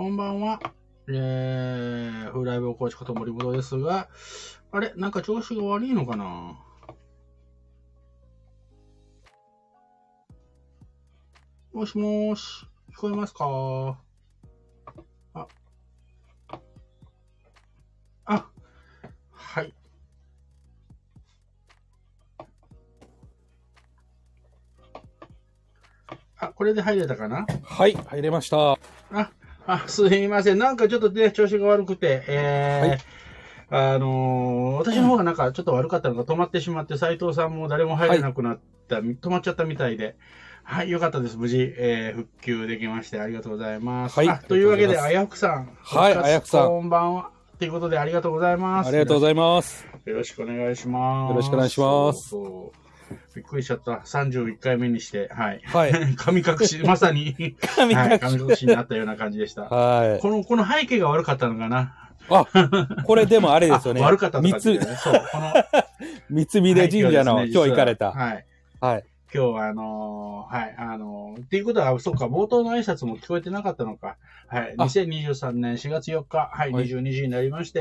こんばんは。フライブコーチこと森本ですが、あれなんか調子が悪いのかな？もしもーし、聞こえますか？あ、はい。これで入れたかな？ はい、入れました。 すいません。なんかちょっとね、調子が悪くて、 はい。 私の方がなんかちょっと悪かったのが止まってしまって、斉藤さんも誰も入はい。 れなくなった、止まっちゃったみたいで、はい、よかったです。無事、復旧できまして、ありがとうございます。 はい。ありがというわけで、 とうございます。 あやふくさん、復はい、あや活、 ふさん。 こんばんは。ということで、ありがとうございます。 ありがとうございます。 よろしくお願いしよろしくお願いします。 ます。 びっくりしちゃった。31回目にして、はい。 はい。 神隠し、まさに神はい、 隠し。 神隠しになったような感じでした。 はい。 この背景が悪かったのかな？ これでもあれですよね。 悪かったとかって言ってね。そう、 三峰神社の今日行かれた。 はい。 はい。 今日はっていうことは、そっか、冒頭の挨拶も聞こえてなかったのか。はい。2023年4月4日、はい、22時になりまして、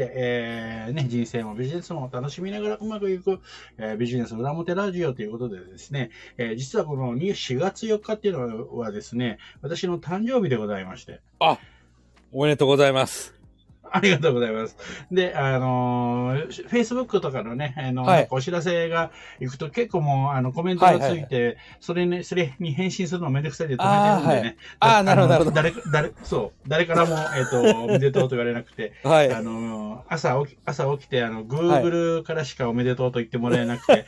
人生もビジネスも楽しみながらうまくいく、ビジネス裏表ラジオということでですね、実はこの4月4日っていうのはですね、私の誕生日でございまして。 おめでとうございます。 ありがとうございます。で、Facebook とかのね、 はい。 お知らせが行くと結構もう、コメントがついて、それに返信するのめんどくさいで止めてるんでね。 なるほど、なるほど。 誰からも、おめでとうと言われなくて、 はい。 朝起きて、Google からしかおめでとうと言ってもらえなくて。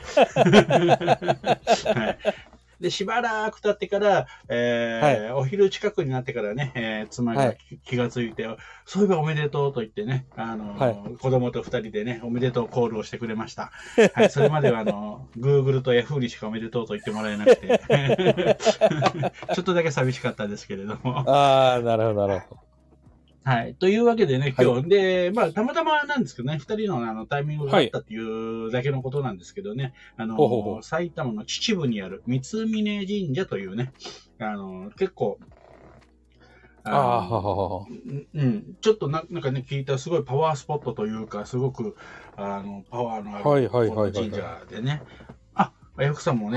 はい。で、しばらく経ってから、お昼近くになってからね、妻が気がついて、そういえばおめでとうと言ってね、子供と二人でね、おめでとうコールをしてくれました。はい、それまではGoogle と Yahoo にしかおめでとうと言ってもらえなくて、ちょっとだけ寂しかったですけれども。 なるほど、なるほど。 はい。というわけでね、今日、で、たまたまなんですけどね、二人のタイミングがあったっていうだけのことなんですけどね、埼玉の秩父にある三峯神社というね、結構、ちょっとなんかね、聞いたすごいパワースポットというか、すごく、パワーのある神社でね、あやふくさんもね、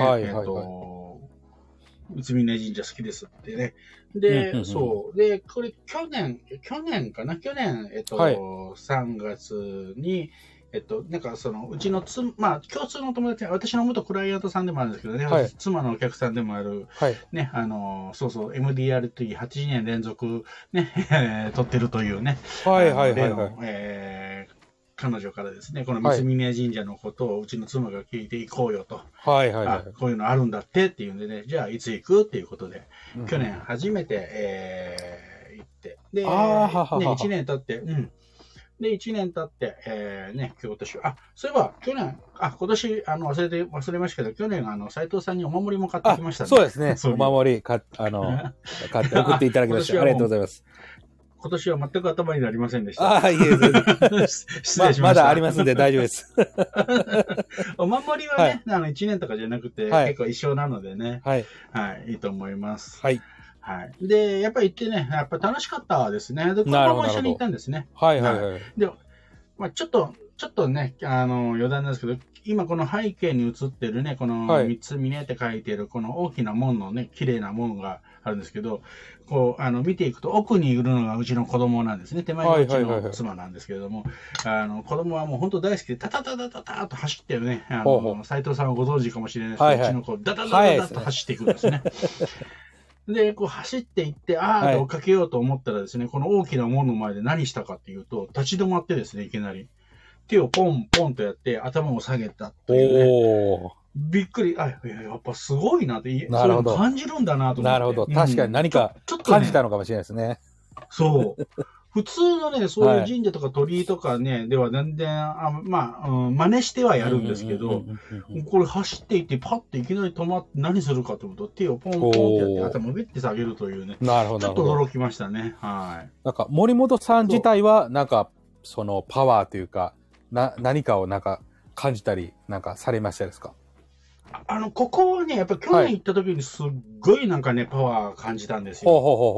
三峯神社好きですってね。で、そう。で、これ去年かな？去年、3月に、なんかうちの共通の友達、私の元クライアントさんでもあるんですけどね、妻のお客さんでもある、ね、MDRT8 年連続、ね、取ってるというね、彼女からですね、この三峯神社のことをうちの妻が聞いていこうよと。こういうのあるんだってっていうんでね、じゃあいつ行くっていうことで、去年初めて、行って、で、1年経って、で、1年経って、今年は、そういえば、今年、忘れましたけど、去年、斉藤さんにお守りも買ってきましたね。 そうですね。お守り、買って送っていただきました。ありがとうございます。 今年は全く頭になりませんでした。 いえ、失礼しました。まだありますんで大丈夫です。 お守りはね、1年とかじゃなくて、結構一生なのでね。はい。いいと思います。はい。で、やっぱり行ってね、やっぱ楽しかったですね。で、子供も一緒に行ったんですね。で、ちょっとね、余談なんですけど、今この背景に映ってるね、この三峯って書いてるこの大きな門のね、綺麗な門があるんですけど、こう、見ていくと奥にいるのがうちの子供なんですね。手前がうちの妻なんですけれども、子供はもう本当大好きで、タタタタタタと走ってるね、斉藤さんはご存知かもしれないですけど、うちの子、ダダダダダと走っていくんですね。で、こう走っていって、追っかけようと思ったらですね、この大きな門の前で何したかっていうと、立ち止まってですね、いきなり。手をポンポンとやって頭を下げたというね。びっくり。やっぱすごいなって、それを感じるんだなと思って。 なるほど。確かに何か感じたのかもしれないですね。 そう。普通のね、そういう神社とか鳥居とかね、では全然、真似してはやるんですけど、これ走っていってパッていきなり止まって何するかというと、手をポンポンってやって頭をベッて下げるというね。なるほど。ちょっと驚きましたね。はい。 なんか森本さん自体は、なんか、そのパワーというか、何かをなんか感じたりなんかされましたですか？ ここね、やっぱ去年行った時にすっごいなんかね、パワー感じたんですよ。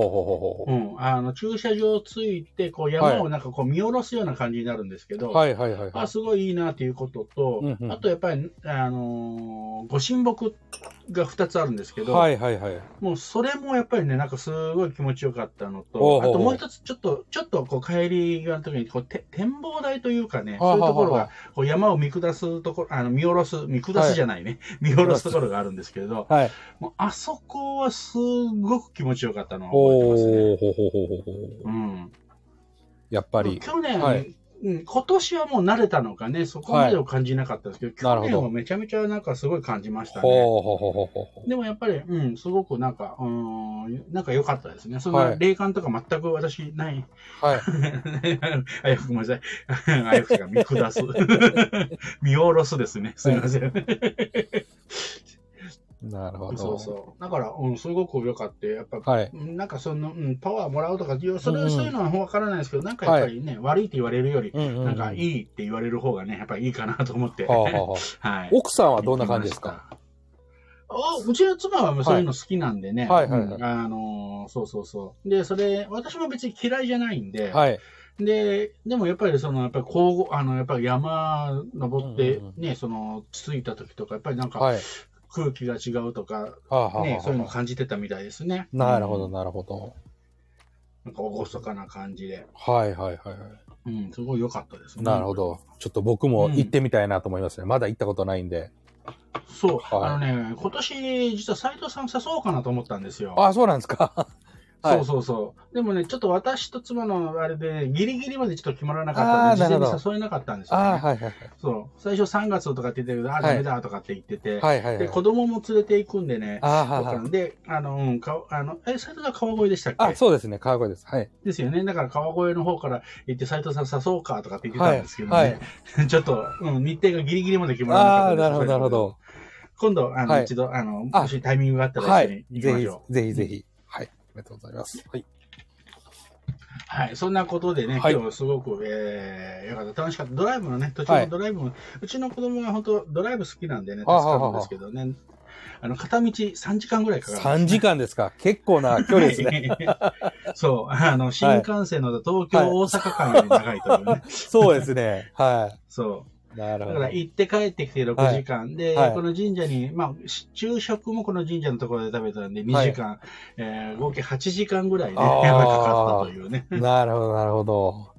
駐車場ついて、こう山をなんかこう見下ろすような感じになるんですけど、すごいいいなっていうことと、あとやっぱり、ご神木が2つあるんですけど、もうそれもやっぱりね、なんかすごい気持ちよかったのと、あともう一つ、ちょっとこう帰り際の時にこう展望台というかね、そういうところが、こう山を見下すところ、見下ろすじゃないね、見下ろすところがあるんですけれど、もうあそこはすごく気持ちよかったのを覚えてますね。 やっぱり。 去年、今年はもう慣れたのかね、そこまでを感じなかったんですけど、去年はめちゃめちゃなんかすごい感じましたね。でもやっぱり、すごくなんか良かったですね。そんな霊感とか全く私ない。ごめんなさい。あやふが見下す。見下ろすですね。すみません。 なるほど。 だから、すごく良かった。やっぱ、なんかパワーもらうとか、そういうのはわからないですけど、なんかやっぱりね、悪いって言われるより、なんかいいって言われる方がね、やっぱりいいかなと思って。 奥さんはどんな感じですか？ うちの妻はそういうの好きなんでね。で、私も別に嫌いじゃないんで、でもやっぱりやっぱり山登ってね、着いた時とか、やっぱりなんか、空気が違うとか、ね、そういうの感じてたみたいですね。 なるほど、なるほど。 なんか厳かな感じで。すごい良かったですね。 なるほど。ちょっと僕も行ってみたいなと思いますね。まだ行ったことないんで。 そう。今年、実は斉藤さん誘おうかなと思ったんですよ。 そうなんですか。 でもね、ちょっと私と妻のあれで、ギリギリまでちょっと決まらなかったんで、事前に誘えなかったんですよね。最初3月とかって言ってたけど、ダメだとかって言ってて、で、子供も連れて行くんでね、で、斉藤さん川越でしたっけ？ そうですね、川越です。 ですよね。だから川越の方から行って斉藤さん誘おうかとかって言ってたんですけどね、ちょっと、日程がギリギリまで決まらなかったんです。 なるほど。 今度、一度、もしタイミングがあったら一緒に行きましょう。 ぜひぜひ。ありがとうございます。 そんなことでね、今日すごく、よかった。楽しかった。ドライブのね、途中のドライブも、うちの子供が本当ドライブ好きなんでね、助かるんですけどね。片道3時間ぐらいかかる、 3時間ですか？結構な距離ですね。 新幹線の東京、大阪間より長いというね。 そうですね。 だから行って帰ってきて6時間で、この神社に、昼食もこの神社のところで食べたんで2時間、合計8時間ぐらいね、かかったというね。 なるほど、なるほど。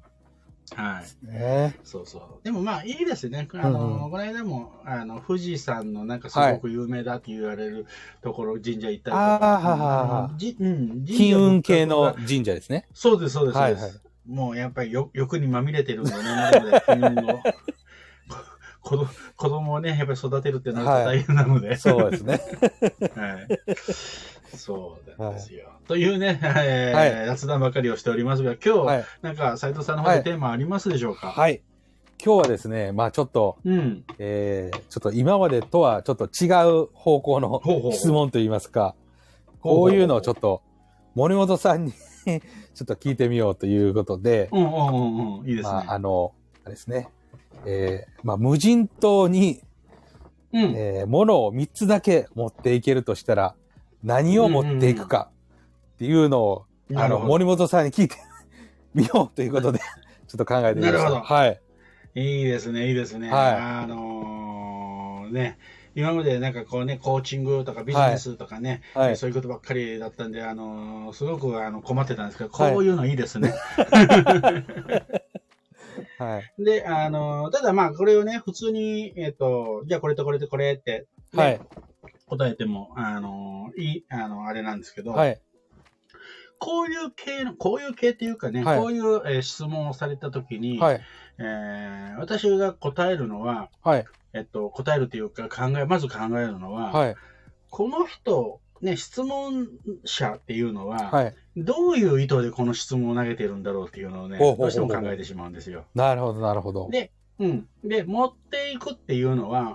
でもいいですね。この間も、富士山のなんかすごく有名だって言われるところ、神社行ったりとか。 金運系の神社ですね。 そうです。もうやっぱり欲にまみれてるんでね、なので金運を。子供をね、やっぱり育てるってなると大変なので。 そうですね。 そうなんですよ。というね、雑談ばかりをしておりますが、今日、なんか斉藤さんの方でテーマありますでしょうか？ 今日はですね、ちょっと、ちょっと今までとはちょっと違う方向の質問といいますか、こういうのをちょっと森本さんにちょっと聞いてみようということで、 いいですね。 あれですね。無人島に、物を3つだけ持っていけるとしたら、何を持っていくかっていうのを、森本さんに聞いてみようということで、ちょっと考えてみました。 なるほど。いいですね、いいですね。今までなんかこうね、コーチングとかビジネスとかね、そういうことばっかりだったんで、すごく困ってたんですけど、こういうのいいですね。で、ただこれをね、普通に、じゃあこれとこれとこれって、答えても、あれなんですけど、こういう系っていうかね、こういう質問をされたときに、私が答えるのは、答えるというかまず考えるのは、この人、ね、質問者っていうのは、どういう意図でこの質問を投げてるんだろうっていうのをね、どうしても考えてしまうんですよ。 なるほど、なるほど。 で、持っていくっていうのは、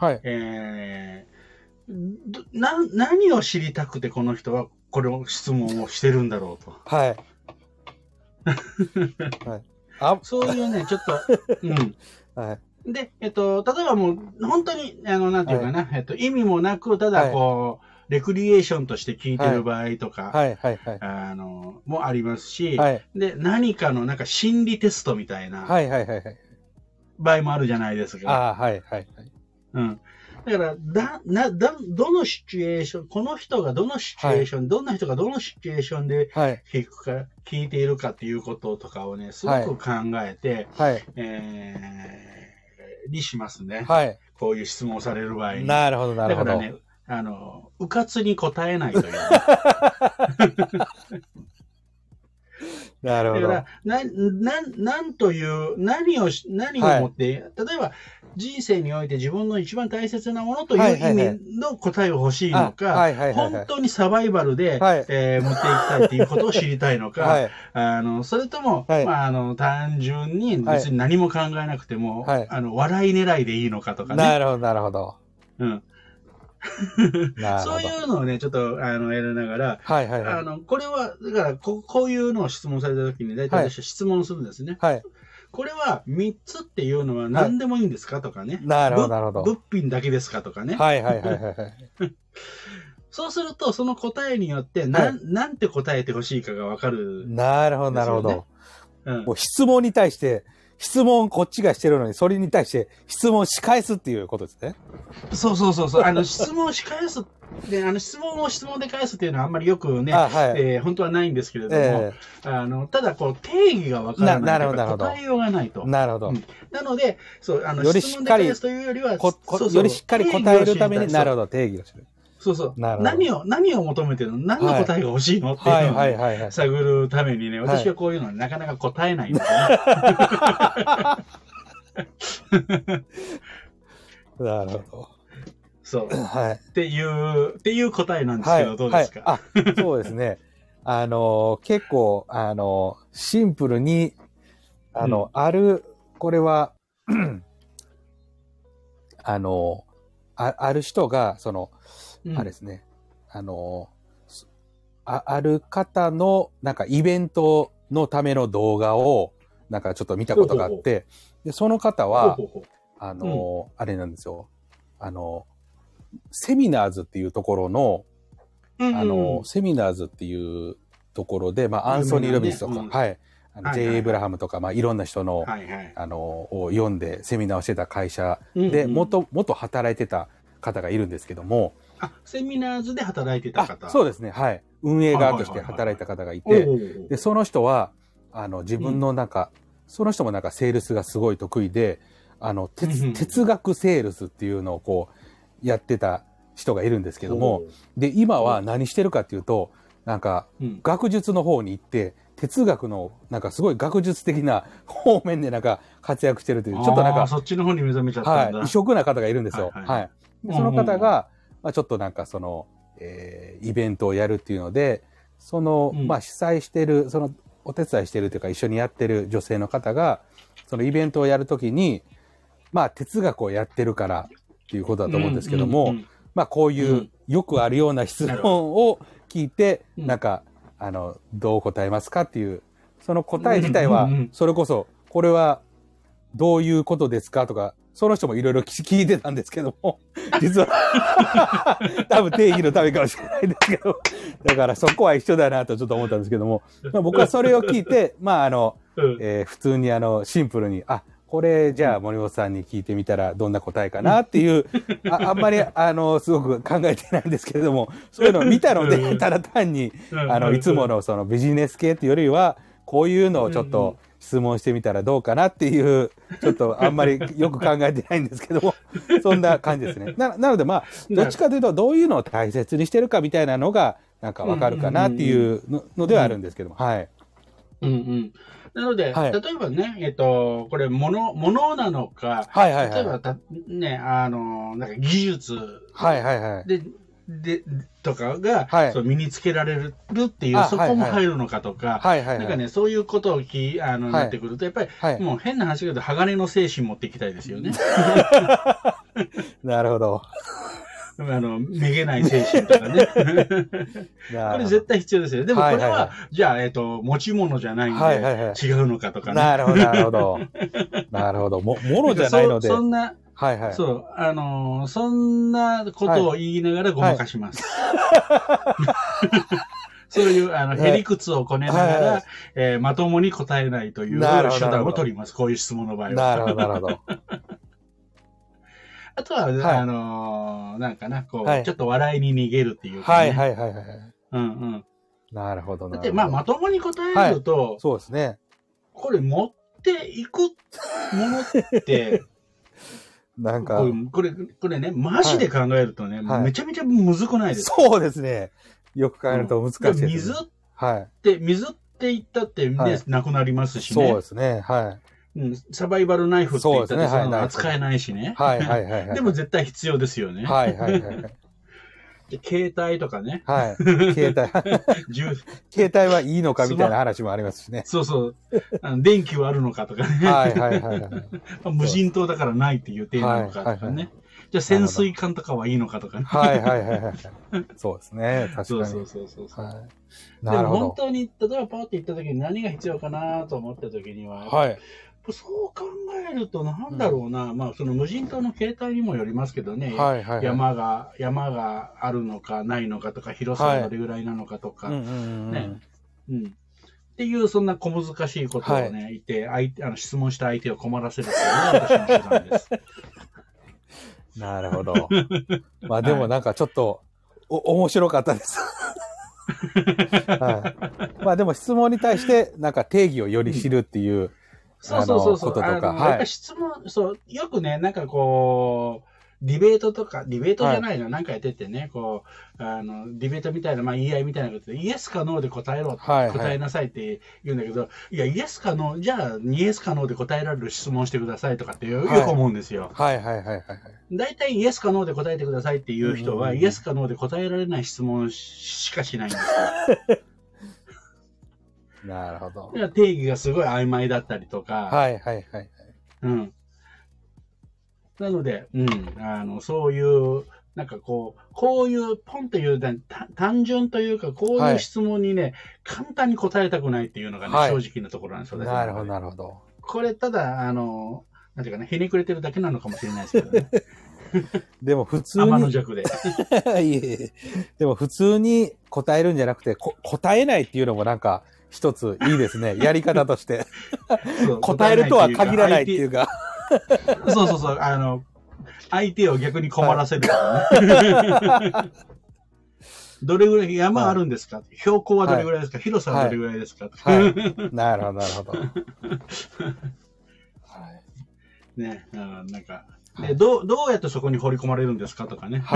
何を知りたくてこの人はこれを質問をしてるんだろうと。そういうね、ちょっと、 で、例えばもう、本当に、なんていうかな、意味もなく、ただこう、レクリエーションとして聞いてる場合とか、もありますし、で、何かのなんか心理テストみたいな、場合もあるじゃないですか。うん。だから、どのシチュエーション、この人がどのシチュエーション、どんな人がどのシチュエーションで聞いているかっていうこととかをね、すごく考えて、にしますね。こういう質問をされる場合に。 なるほど、なるほど。だからね、 うかつに答えないという。 なるほど。 だから、なんという、何をもって、例えば、人生において自分の一番大切なものという意味の答えを欲しいのか、本当にサバイバルで、持っていきたいということを知りたいのか、それとも、単純に別に何も考えなくても、笑い狙いでいいのかとかね。 なるほど、なるほど。 うん。そういうのをね、ちょっと、やりながら、これは、だからこういうのを質問されたときに、大体私は質問するんですね。これは3つっていうのは何でもいいんですかとかね。 なるほど、なるほど。 物品だけですかとかね。そうすると、その答えによって、なんて答えてほしいかがわかる、ね。 なるほど、なるほど。もう質問に対して、質問こっちがしてるのに、それに対して質問し返すっていうことですね。 そう。質問し返す。で、質問を質問で返すっていうのはあんまりよくね、本当はないんですけれども、ただ、こう、定義がわからないと答えようがないと。 なるほど。 なので、そう、質問で返すというよりは、 よりしっかり答えるために、なるほど、定義をする。 何を求めてるの？何の答えが欲しいのっていうのを探るためにね、私はこういうのになかなか答えないんですね。 なるほど。 そう。っていう答えなんですけど、どうですか？ そうですね。結構、シンプルに、これは、ある人が、あれですね。ある方の、なんかイベントのための動画を、なんかちょっと見たことがあって、で、その方は、あれなんですよ。セミナーズっていうところの、セミナーズっていうところで、アンソニー・ロビンスとか、J. エイブラハムとか、いろんな人の、を読んでセミナーをしてた会社で、元働いてた方がいるんですけども、 セミナーズで働いてた方。 そうですね。運営側として働いた方がいて、で、その人は、自分のその人もセールスがすごい得意で、哲学セールスっていうのをこう、やってた人がいるんですけども、で、今は何してるかっていうと、学術の方に行って、哲学の、すごい学術的な方面で活躍してるという、ちょっとそっちの方に目覚めちゃったんだ。 異色な方がいるんですよ。その方が、ちょっとイベントをやるっていうので、主催してる、お手伝いしてるというか一緒にやってる女性の方が、そのイベントをやるときに、哲学をやってるからっていうことだと思うんですけども、こういうよくあるような質問を聞いて、どう答えますかっていう、その答え自体は、それこそ、これはどういうことですかとか、その人もいろいろ聞いてたんですけども、実は、多分定義のためかもしれないですけど、だからそこは一緒だなとちょっと思ったんですけども、僕はそれを聞いて、普通にシンプルに、これじゃあ森本さんに聞いてみたらどんな答えかなっていう、あんまりすごく考えてないんですけれども、そういうのを見たので、ただ単に、いつものそのビジネス系っていうよりは、こういうのをちょっと、質問してみたらどうかなっていう、ちょっとあんまりよく考えてないんですけども、そんな感じですね。なのでどっちかというとどういうのを大切にしてるかみたいなのが、わかるかなっていうのではあるんですけども、なので、例えばね、これ、物なのか、例えばね、技術とかが、身につけられるっていう、そこも入るのかとか、そういうことをなってくると、やっぱり、もう変な話だけど、鋼の精神持っていきたいですよね。 なるほど。 めげない精神とかね。これ絶対必要ですよ。でもこれは、じゃあ、持ち物じゃないんで、違うのかとかね。 なるほど、なるほど。なるほど。ものじゃないので。 そんな、そう、そんなことを言いながらごまかします。そういう、へりくつをこねながら、まともに答えないという手段を取ります。こういう質問の場合は。 なるほど、なるほど。 あとは、なんかな、こう、ちょっと笑いに逃げるっていうか、ね。はい。うんうん。 なるほど、 だって、まともに答えると、 そうですね。 これ持っていくものって、 なんか、 これね、マジで考えるとね、めちゃめちゃむずくないですか？ そうですね。よく考えると難しいですね。 水って言ったってね、なくなりますしね。 そうですね。はい。 サバイバルナイフって言ったってその扱えないしね。でも絶対必要ですよね。携帯とかね。 携帯はいいのかみたいな話もありますしね。 そうそう。電気はあるのかとかね。無人島だからないっていう点なのかとかね。じゃあ潜水艦とかはいいのかとかね。 そうですね。確かに。 そう。でも本当に、例えばパーって行った時に何が必要かなと思った時には、そう考えるとなんだろうな、その無人島の形態にもよりますけどね、山があるのかないのかとか、広さがどれぐらいなのかとか、っていう、そんな小難しいことをね、言って、質問した相手を困らせるというのが私の手段です。 なるほど。でもなんかちょっと、面白かったです。でも質問に対して、なんか定義をより知るっていう、 こととか。やっぱ質問、よくね、なんかこう、ディベートじゃないの、なんかやっててね、こう、ディベートみたいな、言い合いみたいなことで、イエスかノーで答えなさいって言うんだけど、いや、イエスかノー、じゃあ、イエスかノーで答えられる質問してくださいとかってよく思うんですよ。大体イエスかノーで答えてくださいっていう人は、イエスかノーで答えられない質問しかしないんですよ。 なるほど。 定義がすごい曖昧だったりとか。なので、そういう、なんかこういうポンという単純というか、こういう質問にね、簡単に答えたくないっていうのがね、正直なところなんですよね。 なるほど、なるほど。 これ、ただ、なんていうかね、ひねくれてるだけなのかもしれないですけどね。 でも普通に。 天の弱で。 でも普通に答えるんじゃなくて、答えないっていうのもなんか、一ついいですね。やり方として。答えるとは限らないっていうか。 そう。相手を逆に困らせるからね。どれぐらい、山あるんですか、標高はどれぐらいですか、広さはどれぐらいですか、 なるほど、なるほど。 ね、なんか、どうやってそこに掘り込まれるんですかとかね。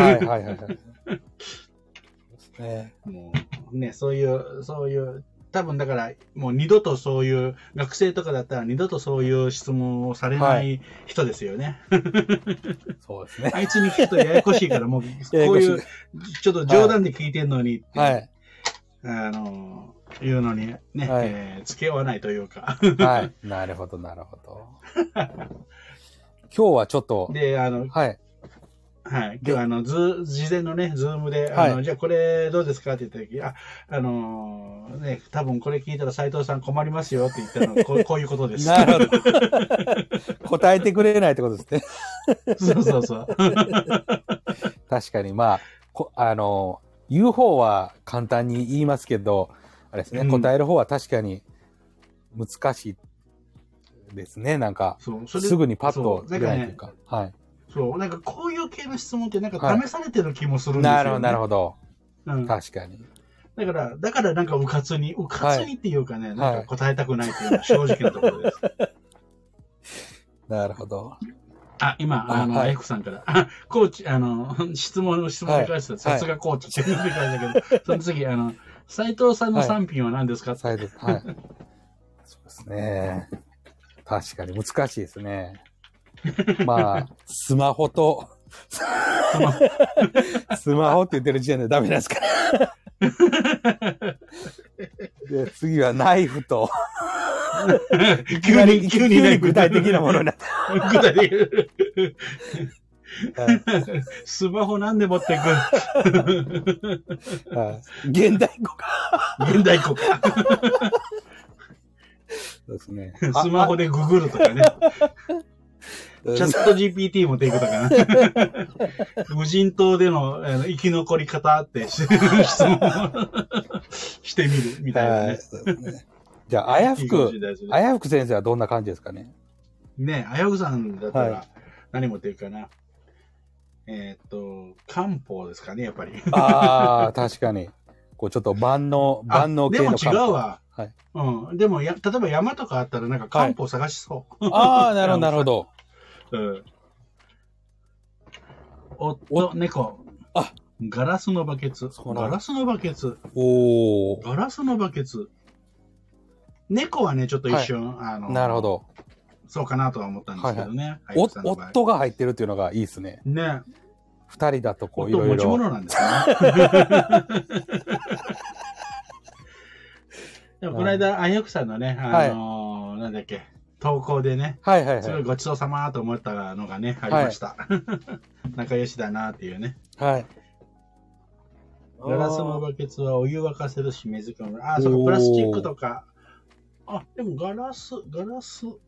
もうね、そういう、多分だから、もう二度とそういう、学生とかだったら二度とそういう質問をされない人ですよね。 そうですね。 あいつに聞くとややこしいから、もう、こういう、ちょっと冗談で聞いてんのにって、いうのにね、付け合わないというか。 なるほど、なるほど。今日はちょっと。 で、今日事前のね、ズームで、じゃあこれどうですかって言った時、多分これ聞いたら斉藤さん困りますよって言ったのこういうことです。 なるほど。答えてくれないってことですね。 そう。 確かに、言う方は簡単に言いますけど、あれですね、答える方は確かに難しいですね、なんか。すぐにパッと出ないというか。 なんかこういう系の質問ってなんか試されてる気もするんですよね。 なるほど。確かに。 だからなんかうかつにっていうかね、なんか答えたくないっていうのは正直なところです。 なるほど。 今、F さんから、コーチ、質問に関しては、さすがコーチって言ってたけど、その次、斉藤さんの産品は何ですか？ そうですね。確かに難しいですね。スマホと、スマホって言ってる時点でダメなんですかね。で、次はナイフと、 急に具体的なものになった。 具体的。 スマホなんで持ってく現代語か。 現代語か。 そうですね。 スマホでググるとかね。チャット GPT 持っていくとかな。無人島での生き残り方って質問してみるみたいなね。 じゃあ、あやふく先生はどんな感じですかね。 ねえ、あやふさんだったら何持っていくかな。漢方ですかね、やっぱり。 ああ、確かに。こう、ちょっと万能系の漢方。 でも違うわ。はい。うん。でも例えば山とかあったらなんか漢方探しそう。 ああ、なるほど、なるほど。 うん。猫。ガラスのバケツ。ガラスのバケツ。ガラスのバケツ。猫はね、ちょっと一瞬、 なるほど。 そうかなとは思ったんですけどね。 夫が入ってるっていうのがいいですね。 ね。 二人だとこういろいろ。 持ち物なんですね。でもこの間、あやふさんのね、なんだっけ、投稿でね、すごいごちそうさまと思ったのがね、ありました。仲良しだなっていうね。 はい。 ガラスのバケツはお湯沸かせるし、水かも。そうか、プラスチックとか。でもガラス、例えば、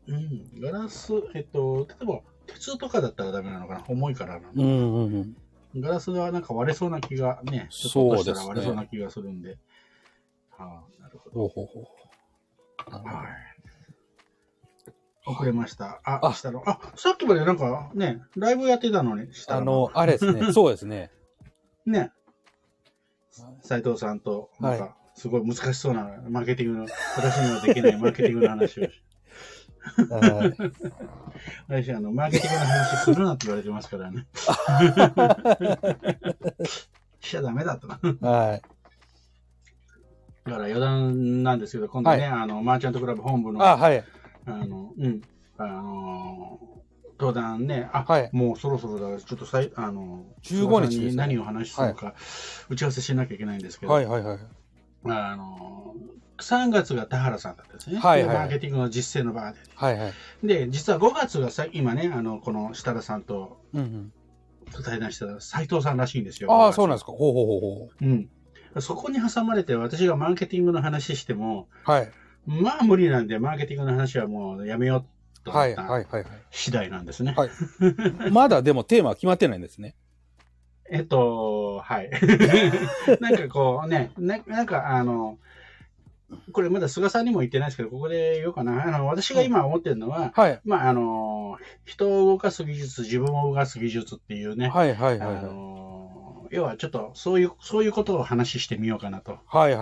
鉄とかだったらダメなのかな、重いからな。ガラスはなんか割れそうな気がね、ちょっとしたら割れそうな気がするんで。なるほど。はい。遅れました。下の。さっきまでなんかね、ライブやってたのに、 あれですね、そうですね。 ね。斉藤さんと、なんか、すごい難しそうなマーケティングの、私にはできないマーケティングの話を。私、マーケティングの話するなって言われてますからね。しちゃダメだと。はい。だから余談なんですけど、今度ね、マーチャントクラブ本部の、登壇ね、もうそろそろだから、ちょっと 15日に何を話すのか、打ち合わせしなきゃいけないんですけど、3月が田原さんだったんですね。マーケティングの実践の場で。で、実は5月が今ね、この設楽さんと対談した斉藤さんらしいんですよ。 そうなんですか。 そこに挟まれて私がマーケティングの話しても、まあ無理なんで、マーケティングの話はもうやめようと思った次第なんですね。 まだでもテーマは決まってないんですね。 なんかこうね、なんかこれまだ菅さんにも言ってないですけど、ここで言おうかな。私が今思ってるのは、人を動かす技術、自分を動かす技術っていうね、要はちょっとそういうことを話してみようかなと。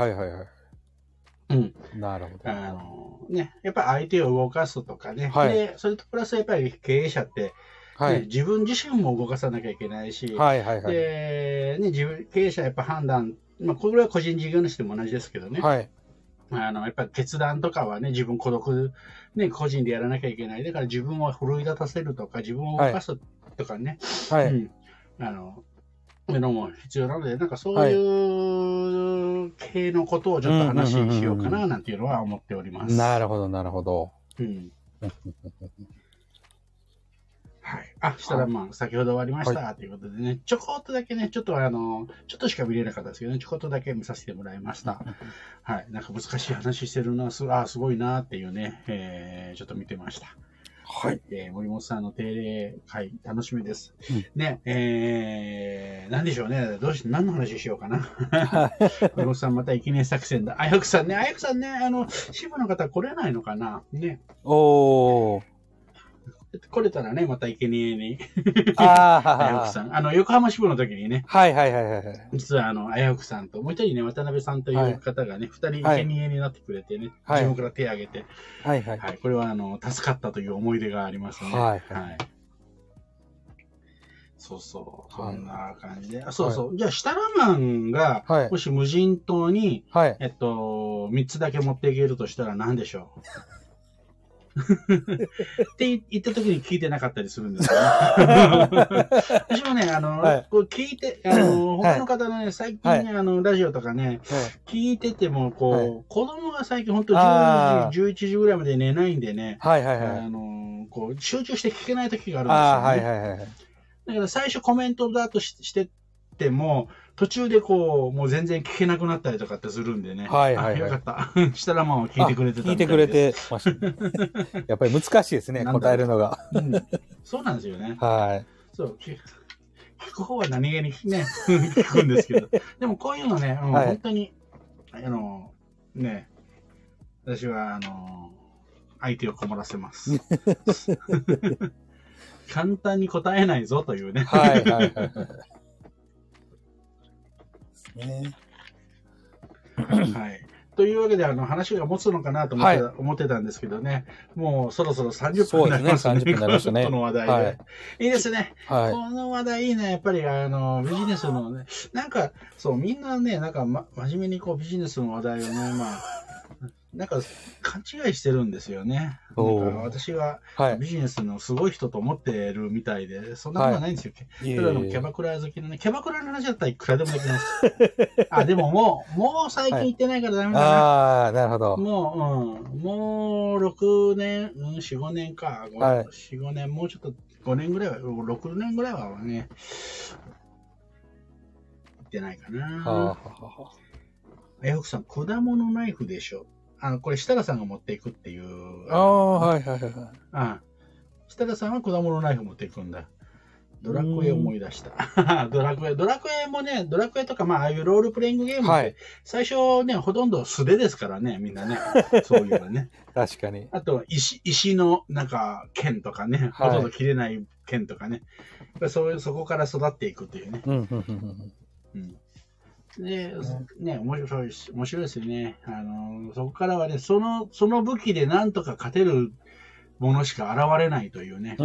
なるほど。 やっぱり相手を動かすとかね。で、それとプラスやっぱり経営者って、自分自身も動かさなきゃいけないし、で、経営者やっぱ判断、これは個人事業主でも同じですけどね。やっぱり決断とかはね、自分個人でやらなきゃいけない。だから自分を奮い立たせるとか、自分を動かすとかね。のも必要なので、なんかそういう系のことをちょっと話しようかななんていうのは思っております。 なるほど、なるほど。 はい。したら先ほど終わりましたということでね、ちょこっとだけね、ちょっとしか見れなかったですけどね、ちょこっとだけ見させてもらいました。はい。なんか難しい話してるな、すごいなっていうね、ちょっと見てました。はい。森本さんの定例会、楽しみです。ね、なんでしょうね。何の話しようかな。森本さんまた生贄作戦だ。あやくさんね、支部の方来れないのかなね。来れたらね、また生贄に。あやふくさん。横浜支部の時にね。実は、あやふくさんと、もう一人ね、渡辺さんという方がね、二人生贄になってくれてね、自分から手を挙げて。これは、助かったという思い出がありますね。そうそう。そんな感じで。そうそう。じゃあ、シタラマンが、もし無人島に、3つだけ持っていけるとしたら何でしょうって言った時に聞いてなかったりするんですよね。私もね、こう聞いて、他の方のね、最近ね、ラジオとかね、聞いてても、こう、子供が最近本当10時、11時ぐらいまで寝ないんでね、こう、集中して聞けない時があるんですよね。 だから最初コメントだとしてても、途中でこう、もう全然聞けなくなったりとかってするんでね。 はいはい、はい。 よかった。したらもう聞いてくれてたみたいです。 聞いてくれてました。やっぱり難しいですね、答えるのが、 そうなんですよね。 はい。 そう。聞く方は何気にね、聞くんですけど。でもこういうのね、はい、本当に、ね、私は、相手を困らせます。簡単に答えないぞというね。 はいはいはい。ね、 はい。というわけで、話が持つのかなと思ってたんですけどね。もうそろそろ30分になりますね。 30分になりましたね。 この話題で。はい、いいですね。 はい。 この話題いいね。やっぱり、ビジネスのね、なんか、そう、みんなね、なんか、真面目にこう、ビジネスの話題をね、まあ、なんか勘違いしてるんですよね。なんか私はビジネスのすごい人と思ってるみたいで、そんなことはないんですよ。ただキャバクラ好きのね、キャバクラの話だったらいくらでもできます。でももう最近行ってないからダメだな。 ああ、なるほど。 もう6年、4、5年か。4、5年、もうちょっと5年ぐらいは、6年ぐらいはね、行ってないかな。福さん、果物ナイフでしょ。これ、設楽さんが持っていくっていう。 はいはいはいはい。設楽さんは果物ナイフ持っていくんだ。ドラクエ思い出した。ドラクエもね、ドラクエとか、ああいうロールプレイングゲームって、最初ね、ほとんど素手ですからね、みんなね。そういうのね。 確かに。 あと、石の、なんか、剣とかね、ほとんど切れない剣とかね。そこから育っていくっていうね。で、ね、面白いですよね。そこからはね、その武器でなんとか勝てるものしか現れないというね。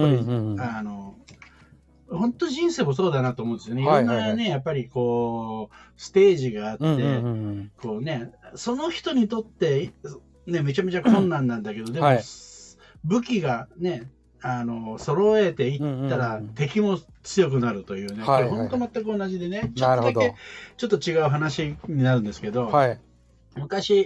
本当人生もそうだなと思うんですよね。いろんなね、やっぱりこう、ステージがあって、こうね、その人にとって、ね、めちゃめちゃ困難なんだけど、でも、武器がね、揃えていったら敵も強くなるというね。これ本当全く同じでね。ちょっとだけ、ちょっと違う話になるんですけど、昔、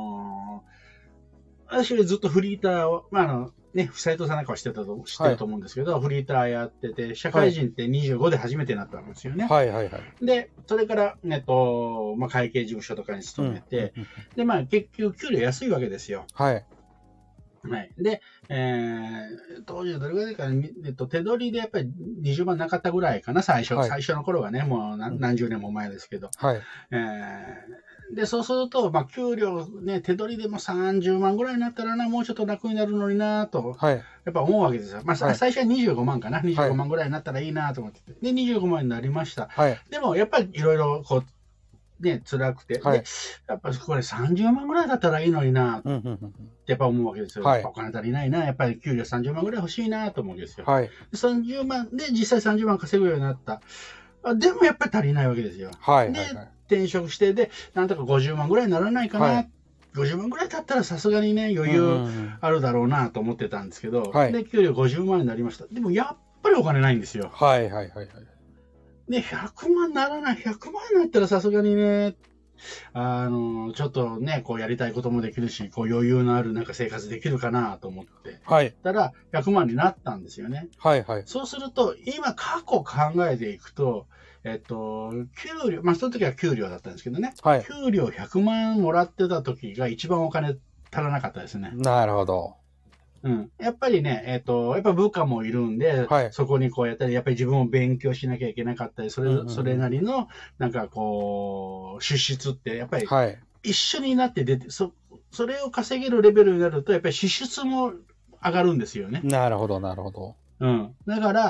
私はずっとフリーターを、斉藤さんなんかは知ってると思うんですけど、フリーターやってて、社会人って25で初めてなったんですよね。で、それから、会計事務所とかに勤めて、で、結局給料安いわけですよ。で、当時どれぐらいかな、手取りでやっぱり20万なかったぐらいかな、最初の頃はね、もう何十年も前ですけど。で、そうすると、給料ね、手取りでも30万ぐらいになったらな、もうちょっと楽になるのになと、やっぱ思うわけですよ。最初は25万かな、25万ぐらいになったらいいなと思ってて。で、25万になりました。でも、やっぱりいろいろこう、ね、辛くて、で、やっぱこれ30万ぐらいだったらいいのになってやっぱ思うわけですよ。お金足りないな、やっぱり給料30万ぐらい欲しいなと思うんですよ。30万で実際30万稼ぐようになった。でもやっぱり足りないわけですよ。で、転職して、で、なんとか50万ぐらいにならないかな。50万ぐらいだったらさすがにね、余裕あるだろうなと思ってたんですけど、で、給料50万になりました。でもやっぱりお金ないんですよ。で、100万ならない、100万になったらさすがにね、ちょっとね、こうやりたいこともできるし、こう余裕のあるなんか生活できるかなと思って、たら100万になったんですよね。そうすると、今過去考えていくと、給料、その時は給料だったんですけどね、給料100万もらってた時が一番お金足らなかったですね。 なるほど。 やっぱりね、やっぱ部下もいるんで、そこにこうやったり、やっぱり自分も勉強しなきゃいけなかったり、それなりの、なんかこう、支出って、やっぱり、一緒になって出て、それを稼げるレベルになると、やっぱり支出も上がるんですよね。 なるほど、なるほど。 だから、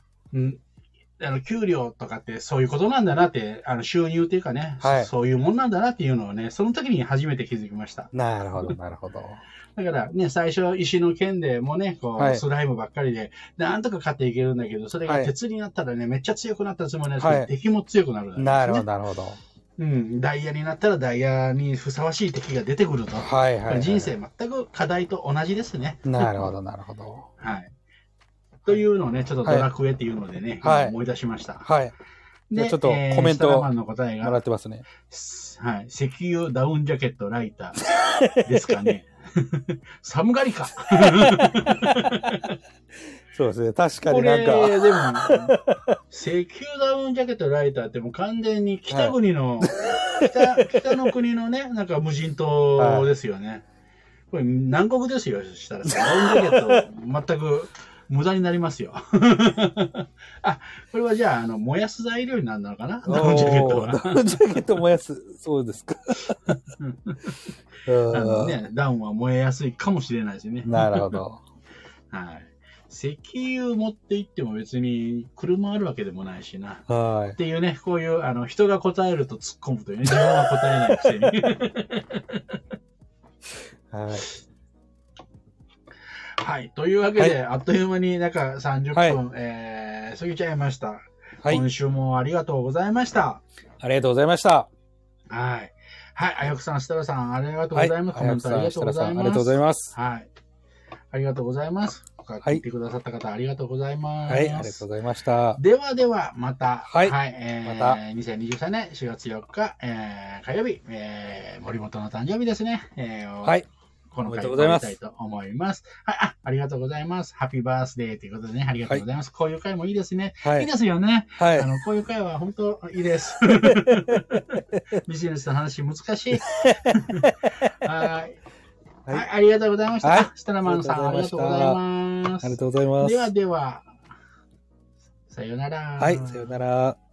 給料とかってそういうことなんだなって、収入っていうかね、そういうもんなんだなっていうのをね、その時に初めて気づきました。 なるほど、なるほど。 だからね、最初石の剣でもね、こう、スライムばっかりで、なんとか勝っていけるんだけど、それが鉄になったらね、めっちゃ強くなったつもりなんですけど、敵も強くなるんですね。 なるほど、なるほど。 ダイヤになったらダイヤにふさわしい敵が出てくると。人生全く課題と同じですね。 なるほど、なるほど。 というのをね、ちょっとドラクエっていうのでね、思い出しました。 で、ちょっとコメントもらってますね。 石油ダウンジャケットライターですかね。寒がりか。 そうですね。確かになんか。 これ、でも、石油ダウンジャケットライターってもう完全に北国の、北の国のね、なんか無人島ですよね。これ南国ですよ、したら。ダウンジャケット、全く無駄になりますよ。あ、これはじゃあ、燃やす材料になるのかな、ダウンジャケットは。 ダウンジャケット燃やす。そうですか。 ダウンは燃えやすいかもしれないですね。 なるほど。 はい。石油持って行っても別に車あるわけでもないしな。 はい。 っていうね、こういう人が答えると突っ込むというね、自分は答えないくせに。 はい。 はい。というわけで、あっという間になんか30分、過ぎちゃいました。はい。今週もありがとうございました。 ありがとうございました。 はい。はい。あやくさん、設楽さん、ありがとうございます。コメントありがとうございます。 ありがとうございます。 はい。ありがとうございます。聞いてくださった方、ありがとうございます。 はい、ありがとうございました。 ではでは、また、 はい。 また、2023年4月4日、火曜日、森本の誕生日ですね。 はい。 この回をやりたいと思います。はい、ありがとうございます。ハッピーバースデーということでね、ありがとうございます。こういう回もいいですね。いいですよね。はい。こういう回は本当いいです。ビジネスの話難しい。はい。はい、ありがとうございました。スタラマンさん、ありがとうございます。 ありがとうございます。 ではでは、さよなら。 はい、さよなら。